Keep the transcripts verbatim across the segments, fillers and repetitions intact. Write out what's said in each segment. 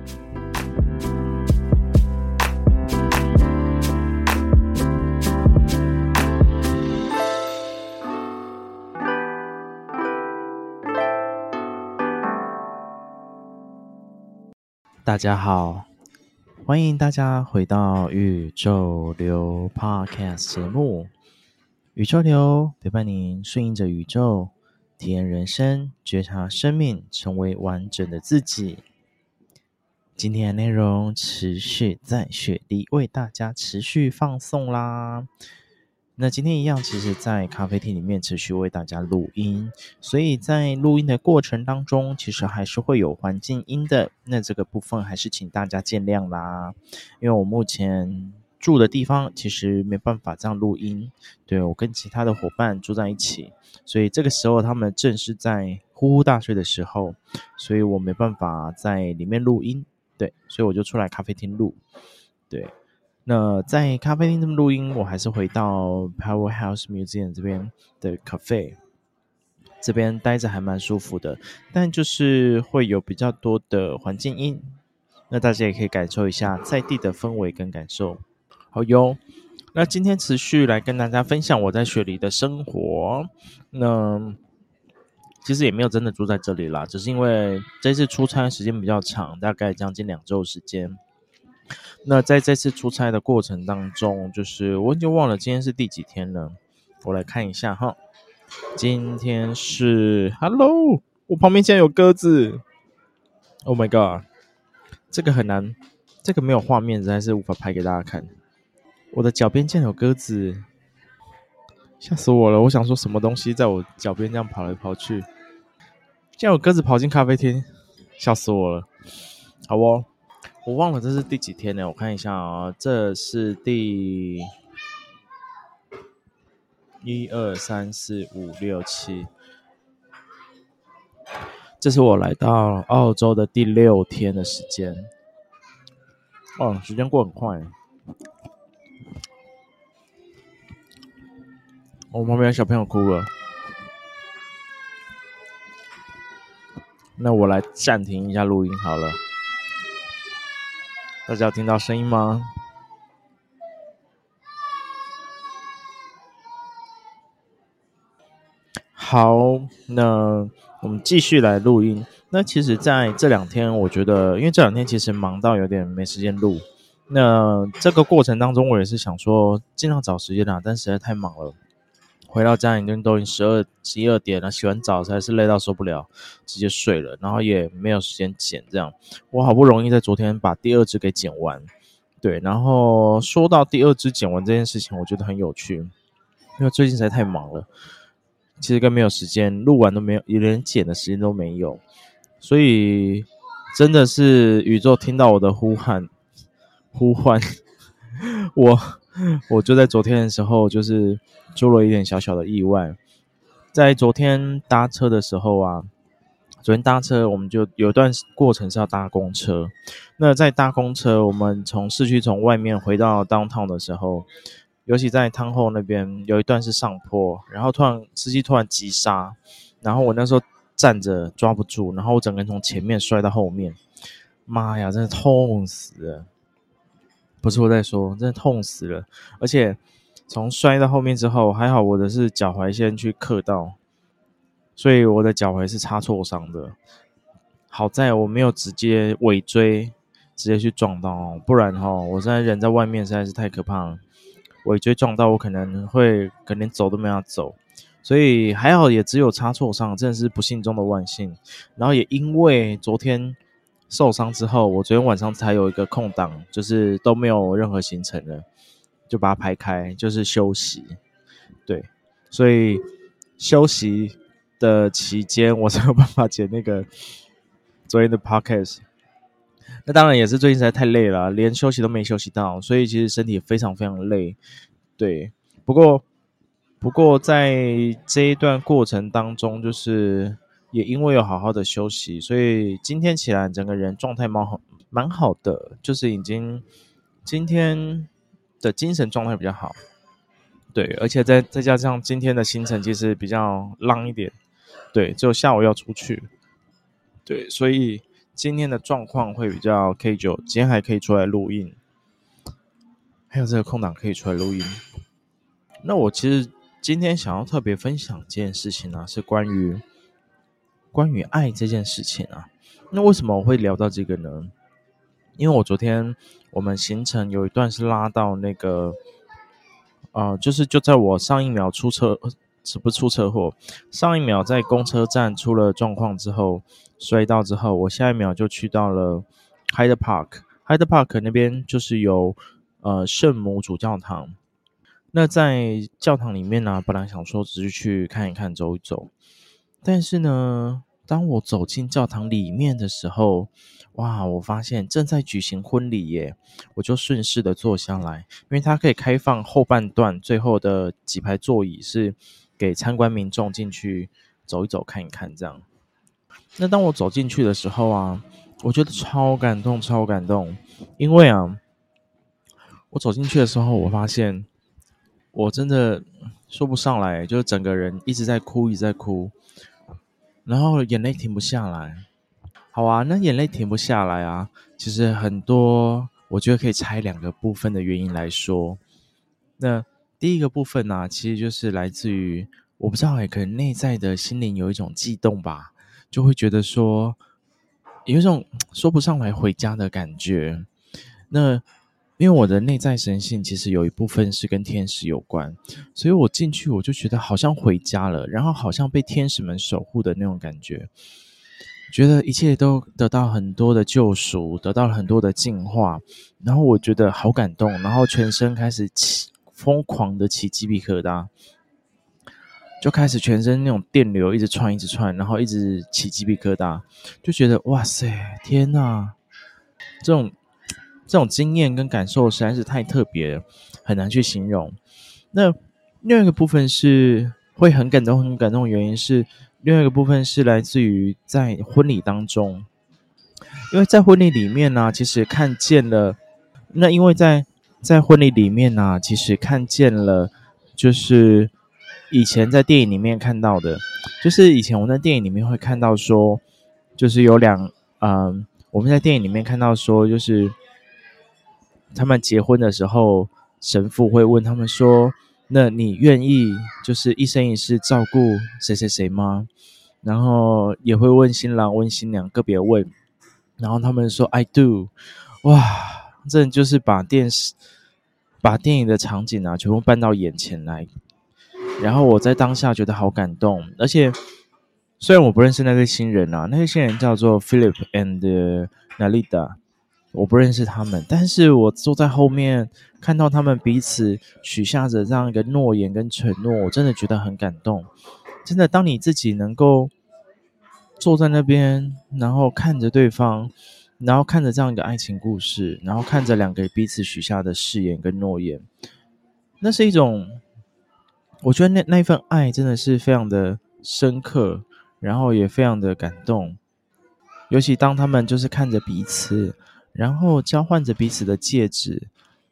大家好，欢迎大家回到宇宙流 Podcast 节目。宇宙流陪伴您顺应着宇宙，体验人生，觉察生命，成为完整的自己。今天的内容持续在雪梨为大家持续放送啦。那今天一样，其实在咖啡厅里面持续为大家录音，所以在录音的过程当中，其实还是会有环境音的，那这个部分还是请大家见谅啦。因为我目前住的地方其实没办法这样录音，对，我跟其他的伙伴住在一起，所以这个时候他们正是在呼呼大睡的时候，所以我没办法在里面录音，对，所以我就出来咖啡厅录，对。那在咖啡厅这么录音，我还是回到 Powerhouse Museum 这边的 cafe， 这边待着还蛮舒服的，但就是会有比较多的环境音，那大家也可以感受一下在地的氛围跟感受。好哟，那今天持续来跟大家分享我在雪梨的生活。那其实也没有真的住在这里啦，只是因为这次出差时间比较长，大概将近两周时间。那在这次出差的过程当中，就是我已经忘了今天是第几天了，我来看一下哈。今天是 Hello， 我旁边竟然有鸽子 ，Oh my god， 这个很难，这个没有画面，实在是无法拍给大家看。我的脚边竟然有鸽子，吓死我了！我想说什么东西在我脚边这样跑来跑去，竟然有鸽子跑进咖啡厅，笑死我了。好哦。我忘了这是第几天呢？我看一下啊、哦，这是第一二三四五六七，这是我来到澳洲的第六天的时间。哦，时间过很快。我旁边小朋友哭了，那我来暂停一下录音好了。大家有听到声音吗？好，那我们继续来录音。那其实在这两天，我觉得因为这两天其实忙到有点没时间录，那这个过程当中我也是想说尽量找时间啦，但实在太忙了，回到家已经都已经十二、十一二点了，洗完澡才是累到受不了，直接睡了，然后也没有时间剪这样。我好不容易在昨天把第二支给剪完，对，然后说到第二支剪完这件事情，我觉得很有趣，因为最近实在太忙了，其实跟没有时间录完都没有，连剪的时间都没有，所以真的是宇宙听到我的呼喊，呼唤我，我就在昨天的时候就是出了一点小小的意外。在昨天搭车的时候啊，昨天搭车我们就有一段过程是要搭公车，那在搭公车我们从市区从外面回到 downtown 的时候，尤其在汤后那边有一段是上坡，然后突然司机突然急刹，然后我那时候站着抓不住，然后我整个人从前面摔到后面，妈呀，真的痛死了！不是我在说，真的痛死了！而且从摔到后面之后，还好我的是脚踝先去磕到，所以我的脚踝是擦挫伤的。好在我没有直接尾椎直接去撞到，不然哈，我现在人在外面实在是太可怕了。尾椎撞到我可能会可能走都没法走，所以还好也只有擦挫伤，真的是不幸中的万幸。然后也因为昨天受伤之后，我昨天晚上才有一个空档，就是都没有任何行程了，就把它排开，就是休息。对，所以休息的期间我才有办法剪那个昨天的 podcast。那当然也是最近实在太累了，连休息都没休息到，所以其实身体非常非常累。对，不过不过在这一段过程当中，就是也因为有好好的休息，所以今天起来整个人状态蛮好，蛮好的，就是已经今天的精神状态比较好。对，而且再再加上今天的行程其实比较浪一点，对，只有下午要出去。对，所以今天的状况会比较 K 九，今天还可以出来录音，还有这个空档可以出来录音。那我其实今天想要特别分享一件事情啊，是关于关于爱这件事情啊。那为什么我会聊到这个呢？因为我昨天我们行程有一段是拉到那个，呃，就是就在我上一秒出车，是不是出车祸？上一秒在公车站出了状况之后，摔到之后，我下一秒就去到了 Hyde Park。Hyde Park 那边就是有呃圣母主教堂。那在教堂里面呢、啊，本来想说只是去看一看、走一走，但是呢，当我走进教堂里面的时候，哇！我发现正在举行婚礼耶，我就顺势的坐下来，因为它可以开放后半段最后的几排座椅是给参观民众进去走一走、看一看这样。那当我走进去的时候啊，我觉得超感动、超感动，因为啊，我走进去的时候，我发现我真的说不上来，就是整个人一直在哭，一直在哭，然后眼泪停不下来。好啊，那眼泪停不下来啊，其实很多我觉得可以拆两个部分的原因来说。那第一个部分呢、啊，其实就是来自于我不知道欸，可能内在的心灵有一种悸动吧，就会觉得说有一种说不上来回家的感觉。那因为我的内在神性其实有一部分是跟天使有关，所以我进去我就觉得好像回家了，然后好像被天使们守护的那种感觉。觉得一切都得到很多的救赎，得到很多的净化，然后我觉得好感动，然后全身开始起疯狂的起鸡皮疙瘩，就开始全身那种电流一直窜一直窜，然后一直起鸡皮疙瘩，就觉得哇塞，天哪，这种这种经验跟感受实在是太特别了，很难去形容。那另外一个部分是会很感动很感动的原因是，另外一个部分是来自于在婚礼当中，因为在婚礼里面呢、啊，其实看见了，那因为在在婚礼里面呢、啊，其实看见了，就是以前在电影里面看到的，就是以前我在电影里面会看到说，就是有两，嗯，我们在电影里面看到说，就是他们结婚的时候，神父会问他们说，那你愿意就是一生一世照顾谁谁谁吗？然后也会问新郎问新娘个别问，然后他们说 I do。 哇，这就是把电视把电影的场景啊全部搬到眼前来，然后我在当下觉得好感动。而且虽然我不认识那对新人啊，那对新人叫做 Philip and Nalida，我不认识他们，但是我坐在后面看到他们彼此许下着这样一个诺言跟承诺，我真的觉得很感动。真的，当你自己能够坐在那边，然后看着对方，然后看着这样一个爱情故事，然后看着两个彼此许下的誓言跟诺言，那是一种，我觉得那那一份爱真的是非常的深刻，然后也非常的感动。尤其当他们就是看着彼此，然后交换着彼此的戒指，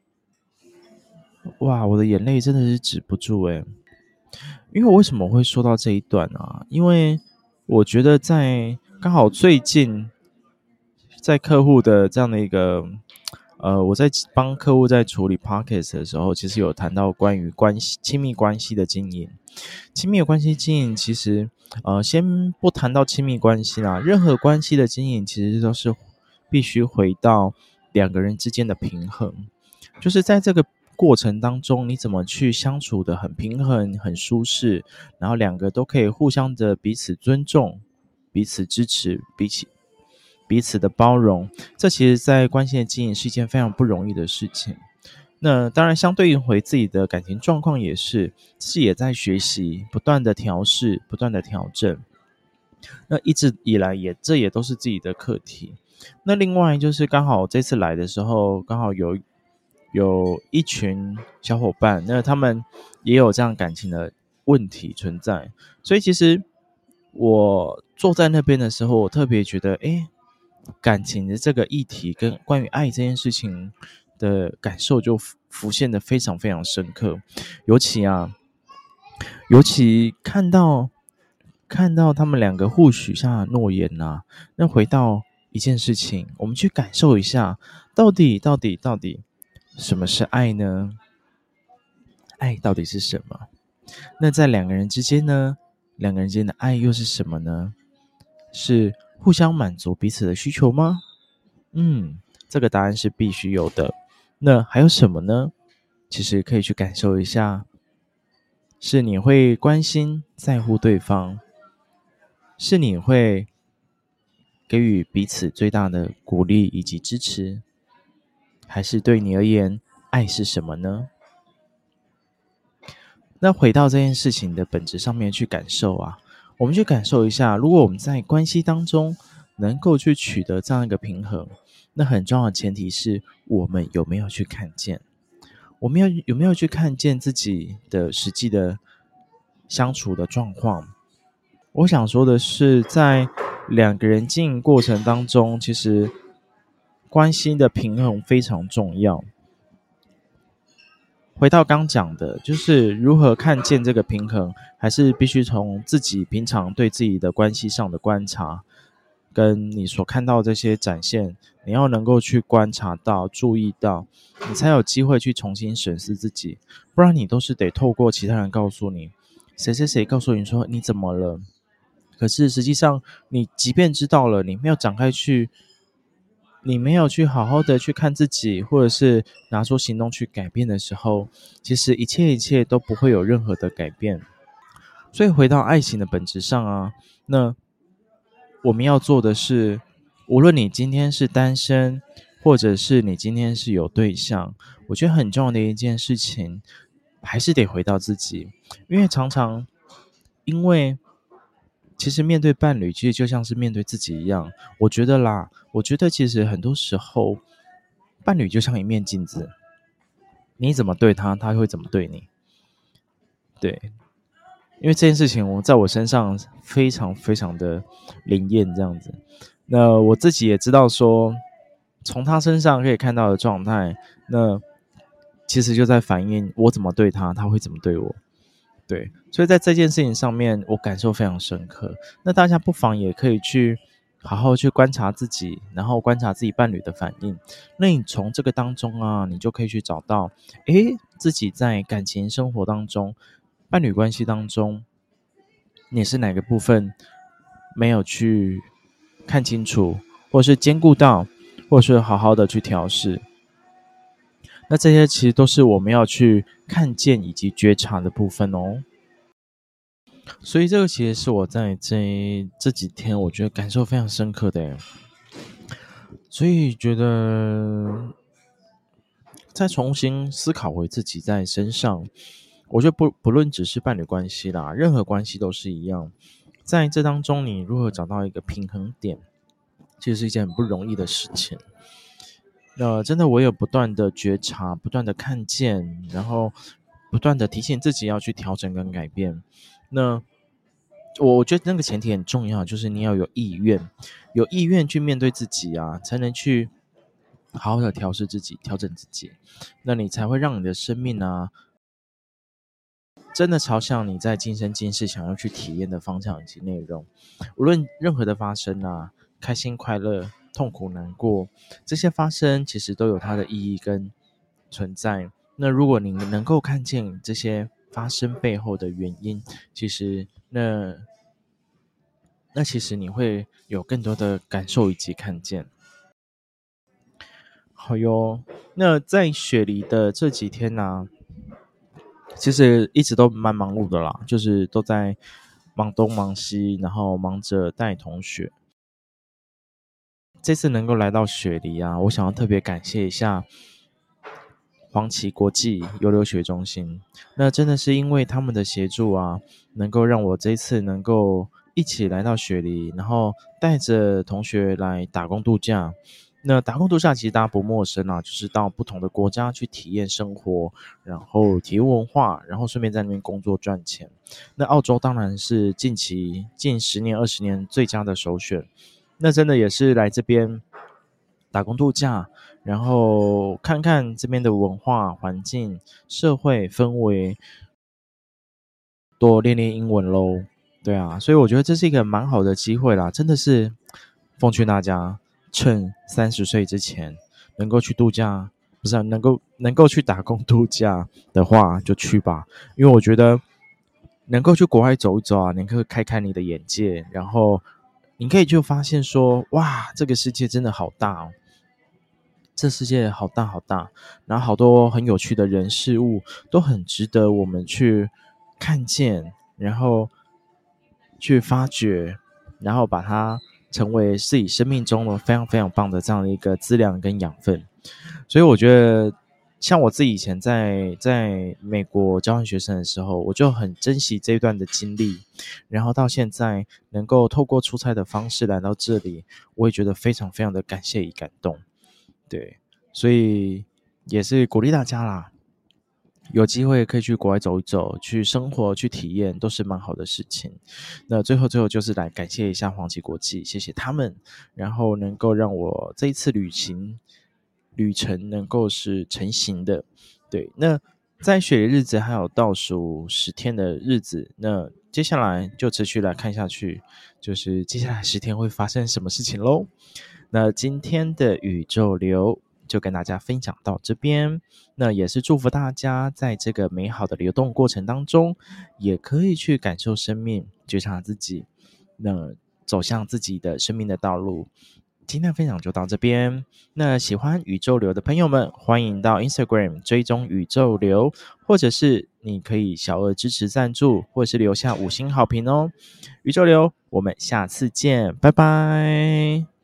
哇，我的眼泪真的是止不住诶。因为我为什么会说到这一段啊？因为我觉得在刚好最近在客户的这样的一个呃，我在帮客户在处理 podcast 的时候，其实有谈到关于关系亲密关系的经营。亲密的关系经营其实呃，先不谈到亲密关系啦，任何关系的经营其实都是必须回到两个人之间的平衡，就是在这个过程当中，你怎么去相处的很平衡、很舒适，然后两个都可以互相的彼此尊重、彼此支持、彼此彼此的包容，这其实在关系的经营是一件非常不容易的事情。那当然相对应回自己的感情状况也是，自己也在学习，不断的调试，不断的调整。那一直以来也这也都是自己的课题。那另外就是刚好这次来的时候，刚好有有一群小伙伴，那他们也有这样感情的问题存在，所以其实我坐在那边的时候，我特别觉得，诶，感情的这个议题跟关于爱这件事情的感受就浮现得非常非常深刻。尤其啊，尤其看到看到他们两个互许下诺言啊，那回到一件事情，我们去感受一下，到底到底到底什么是爱呢？爱到底是什么？那在两个人之间呢？两个人之间的爱又是什么呢？是互相满足彼此的需求吗？嗯，这个答案是必须有的。那还有什么呢？其实可以去感受一下，是你会关心在乎对方，是你会给予彼此最大的鼓励以及支持，还是对你而言，爱是什么呢？那回到这件事情的本质上面去感受啊，我们去感受一下，如果我们在关系当中能够去取得这样一个平衡，那很重要的前提是我们有没有去看见，我们要有没有去看见自己的实际的相处的状况。我想说的是，在两个人经营过程当中，其实关系的平衡非常重要。回到刚讲的，就是如何看见这个平衡，还是必须从自己平常对自己的关系上的观察，跟你所看到这些展现，你要能够去观察到、注意到，你才有机会去重新审视自己。不然你都是得透过其他人告诉你，谁谁谁告诉你说你怎么了，可是实际上你即便知道了，你没有展开去你没有去好好的去看自己，或者是拿出行动去改变的时候，其实一切一切都不会有任何的改变。所以回到爱情的本质上啊，那我们要做的是，无论你今天是单身，或者是你今天是有对象，我觉得很重要的一件事情，还是得回到自己，因为常常因为其实面对伴侣，其实就像是面对自己一样。我觉得啦，我觉得其实很多时候，伴侣就像一面镜子，你怎么对他，他会怎么对你。对，因为这件事情我在我身上非常非常的灵验，这样子。那我自己也知道说，从他身上可以看到的状态，那其实就在反映我怎么对他，他会怎么对我。对，所以在这件事情上面，我感受非常深刻。那大家不妨也可以去好好去观察自己，然后观察自己伴侣的反应。那你从这个当中啊，你就可以去找到，诶，自己在感情生活当中、伴侣关系当中，你是哪个部分没有去看清楚，或是兼顾到，或是好好的去调试。那这些其实都是我们要去看见以及觉察的部分哦。所以这个其实是我在这这几天我觉得感受非常深刻的耶，所以觉得再重新思考回自己在身上，我觉得不不论只是伴侣关系啦，任何关系都是一样，在这当中你如何找到一个平衡点，其实是一件很不容易的事情。那真的唯有不断的觉察，不断的看见，然后不断的提醒自己要去调整跟改变。那我觉得那个前提很重要，就是你要有意愿，有意愿去面对自己啊，才能去好好的调试自己，调整自己，那你才会让你的生命啊，真的朝向你在今生今世想要去体验的方向以及内容。无论任何的发生啊，开心快乐、痛苦难过，这些发生其实都有它的意义跟存在。那如果你能够看见这些发生背后的原因，其实那那其实你会有更多的感受以及看见。好哟，那在雪梨的这几天呢、啊，其实一直都蛮忙碌的啦，就是都在忙东忙西，然后忙着带同学。这次能够来到雪梨啊，我想要特别感谢一下黄旗国际游留学中心。那真的是因为他们的协助啊，能够让我这一次能够一起来到雪梨，然后带着同学来打工度假。那打工度假其实大家不陌生啊，就是到不同的国家去体验生活，然后体验文化，然后顺便在那边工作赚钱。那澳洲当然是近期近十年、二十年最佳的首选。那真的也是来这边打工度假，然后看看这边的文化环境、社会氛围，多练练英文咯。对啊，所以我觉得这是一个蛮好的机会啦，真的是奉劝大家趁三十岁之前能够去度假，不是、啊、能够能够去打工度假的话就去吧，因为我觉得能够去国外走一走啊，你可以开开你的眼界，然后你可以就发现说，哇，这个世界真的好大哦，这世界好大好大，然后好多很有趣的人事物都很值得我们去看见，然后去发掘，然后把它成为自己生命中的非常非常棒的这样的一个资粮跟养分。所以我觉得像我自己以前在在美国交换学生的时候，我就很珍惜这一段的经历，然后到现在能够透过出差的方式来到这里，我也觉得非常非常的感谢与感动。对，所以也是鼓励大家啦，有机会可以去国外走一走，去生活去体验，都是蛮好的事情。那最后最后就是来感谢一下黄旗国际，谢谢他们，然后能够让我这一次旅行旅程能够是成型的。对，那在雪梨日子还有倒数十天的日子，那接下来就持续来看下去，就是接下来十天会发生什么事情咯。那今天的宇宙流就跟大家分享到这边，那也是祝福大家在这个美好的流动过程当中，也可以去感受生命，觉察自己，那走向自己的生命的道路。今天的分享就到这边，那喜欢宇宙流的朋友们，欢迎到 Instagram 追踪宇宙流，或者是你可以小额支持赞助，或者是留下五星好评哦。宇宙流，我们下次见，拜拜。